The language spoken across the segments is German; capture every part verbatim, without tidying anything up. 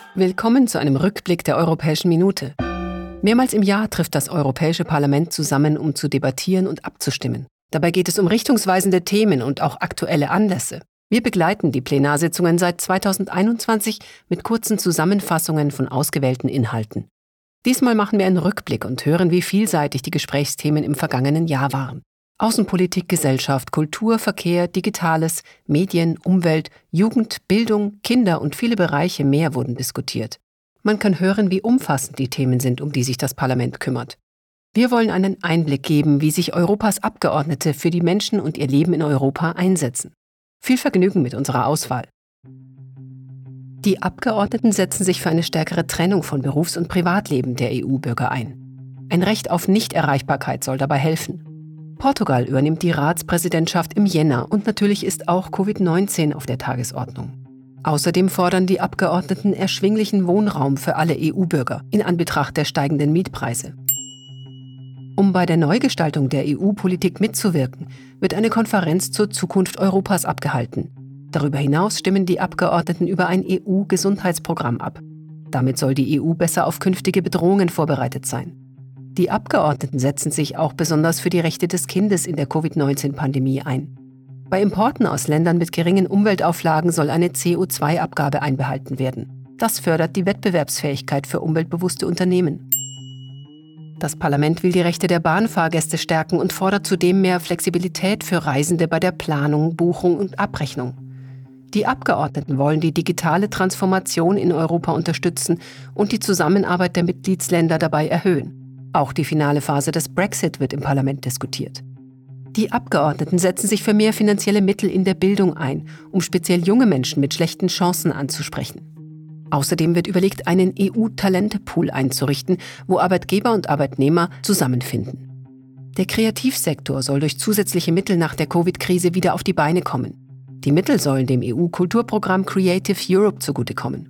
Willkommen zu einem Rückblick der Europäischen Minute. Mehrmals im Jahr trifft das Europäische Parlament zusammen, um zu debattieren und abzustimmen. Dabei geht es um richtungsweisende Themen und auch aktuelle Anlässe. Wir begleiten die Plenarsitzungen seit zweitausendeinundzwanzig mit kurzen Zusammenfassungen von ausgewählten Inhalten. Diesmal machen wir einen Rückblick und hören, wie vielseitig die Gesprächsthemen im vergangenen Jahr waren. Außenpolitik, Gesellschaft, Kultur, Verkehr, Digitales, Medien, Umwelt, Jugend, Bildung, Kinder und viele Bereiche mehr wurden diskutiert. Man kann hören, wie umfassend die Themen sind, um die sich das Parlament kümmert. Wir wollen einen Einblick geben, wie sich Europas Abgeordnete für die Menschen und ihr Leben in Europa einsetzen. Viel Vergnügen mit unserer Auswahl. Die Abgeordneten setzen sich für eine stärkere Trennung von Berufs- und Privatleben der E U-Bürger ein. Ein Recht auf Nichterreichbarkeit soll dabei helfen. Portugal übernimmt die Ratspräsidentschaft im Jänner und natürlich ist auch Covid neunzehn auf der Tagesordnung. Außerdem fordern die Abgeordneten erschwinglichen Wohnraum für alle E U-Bürger in Anbetracht der steigenden Mietpreise. Um bei der Neugestaltung der E U-Politik mitzuwirken, wird eine Konferenz zur Zukunft Europas abgehalten. Darüber hinaus stimmen die Abgeordneten über ein E U-Gesundheitsprogramm ab. Damit soll die E U besser auf künftige Bedrohungen vorbereitet sein. Die Abgeordneten setzen sich auch besonders für die Rechte des Kindes in der Covid neunzehn Pandemie ein. Bei Importen aus Ländern mit geringen Umweltauflagen soll eine C O zwei Abgabe einbehalten werden. Das fördert die Wettbewerbsfähigkeit für umweltbewusste Unternehmen. Das Parlament will die Rechte der Bahnfahrgäste stärken und fordert zudem mehr Flexibilität für Reisende bei der Planung, Buchung und Abrechnung. Die Abgeordneten wollen die digitale Transformation in Europa unterstützen und die Zusammenarbeit der Mitgliedsländer dabei erhöhen. Auch die finale Phase des Brexit wird im Parlament diskutiert. Die Abgeordneten setzen sich für mehr finanzielle Mittel in der Bildung ein, um speziell junge Menschen mit schlechten Chancen anzusprechen. Außerdem wird überlegt, einen E U-Talentepool einzurichten, wo Arbeitgeber und Arbeitnehmer zusammenfinden. Der Kreativsektor soll durch zusätzliche Mittel nach der Covid-Krise wieder auf die Beine kommen. Die Mittel sollen dem E U-Kulturprogramm Creative Europe zugutekommen.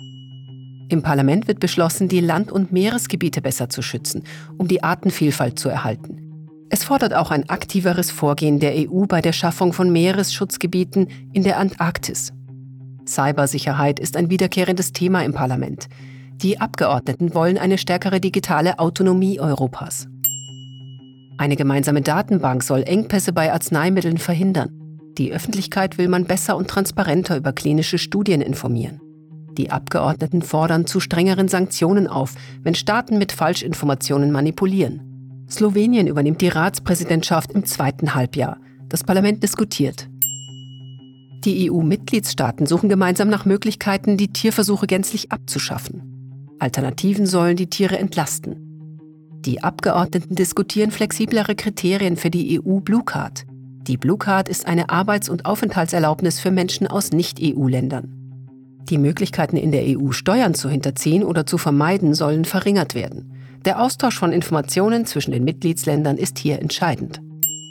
Im Parlament wird beschlossen, die Land- und Meeresgebiete besser zu schützen, um die Artenvielfalt zu erhalten. Es fordert auch ein aktiveres Vorgehen der E U bei der Schaffung von Meeresschutzgebieten in der Antarktis. Cybersicherheit ist ein wiederkehrendes Thema im Parlament. Die Abgeordneten wollen eine stärkere digitale Autonomie Europas. Eine gemeinsame Datenbank soll Engpässe bei Arzneimitteln verhindern. Die Öffentlichkeit will man besser und transparenter über klinische Studien informieren. Die Abgeordneten fordern zu strengeren Sanktionen auf, wenn Staaten mit Falschinformationen manipulieren. Slowenien übernimmt die Ratspräsidentschaft im zweiten Halbjahr. Das Parlament diskutiert. Die E U-Mitgliedstaaten suchen gemeinsam nach Möglichkeiten, die Tierversuche gänzlich abzuschaffen. Alternativen sollen die Tiere entlasten. Die Abgeordneten diskutieren flexiblere Kriterien für die E U-Blue Card. Die Blue Card ist eine Arbeits- und Aufenthaltserlaubnis für Menschen aus Nicht-E U-Ländern. Die Möglichkeiten in der E U, Steuern zu hinterziehen oder zu vermeiden, sollen verringert werden. Der Austausch von Informationen zwischen den Mitgliedsländern ist hier entscheidend.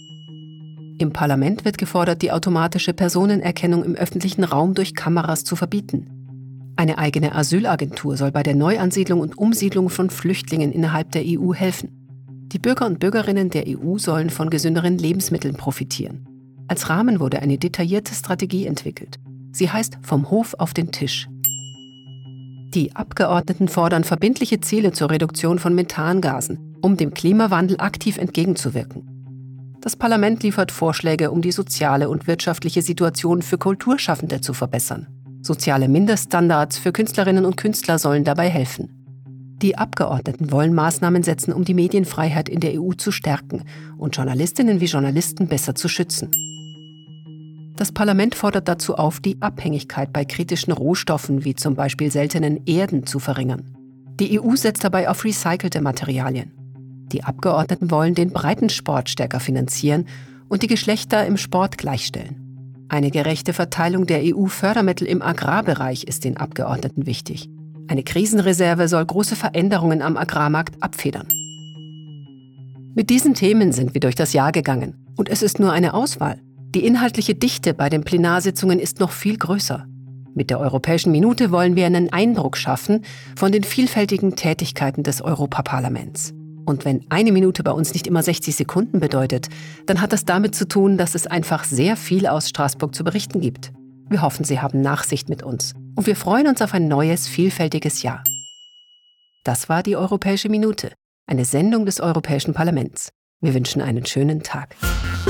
Im Parlament wird gefordert, die automatische Personenerkennung im öffentlichen Raum durch Kameras zu verbieten. Eine eigene Asylagentur soll bei der Neuansiedlung und Umsiedlung von Flüchtlingen innerhalb der E U helfen. Die Bürger und Bürgerinnen der E U sollen von gesünderen Lebensmitteln profitieren. Als Rahmen wurde eine detaillierte Strategie entwickelt. Sie heißt „Vom Hof auf den Tisch“. Die Abgeordneten fordern verbindliche Ziele zur Reduktion von Methangasen, um dem Klimawandel aktiv entgegenzuwirken. Das Parlament liefert Vorschläge, um die soziale und wirtschaftliche Situation für Kulturschaffende zu verbessern. Soziale Mindeststandards für Künstlerinnen und Künstler sollen dabei helfen. Die Abgeordneten wollen Maßnahmen setzen, um die Medienfreiheit in der E U zu stärken und Journalistinnen wie Journalisten besser zu schützen. Das Parlament fordert dazu auf, die Abhängigkeit bei kritischen Rohstoffen wie zum Beispiel seltenen Erden zu verringern. Die E U setzt dabei auf recycelte Materialien. Die Abgeordneten wollen den Breitensport stärker finanzieren und die Geschlechter im Sport gleichstellen. Eine gerechte Verteilung der E U-Fördermittel im Agrarbereich ist den Abgeordneten wichtig. Eine Krisenreserve soll große Veränderungen am Agrarmarkt abfedern. Mit diesen Themen sind wir durch das Jahr gegangen. Und es ist nur eine Auswahl. Die inhaltliche Dichte bei den Plenarsitzungen ist noch viel größer. Mit der Europäischen Minute wollen wir einen Eindruck schaffen von den vielfältigen Tätigkeiten des Europaparlaments. Und wenn eine Minute bei uns nicht immer sechzig Sekunden bedeutet, dann hat das damit zu tun, dass es einfach sehr viel aus Straßburg zu berichten gibt. Wir hoffen, Sie haben Nachsicht mit uns Und wir freuen uns auf ein neues, vielfältiges Jahr. Das war die Europäische Minute, eine Sendung des Europäischen Parlaments. Wir wünschen einen schönen Tag.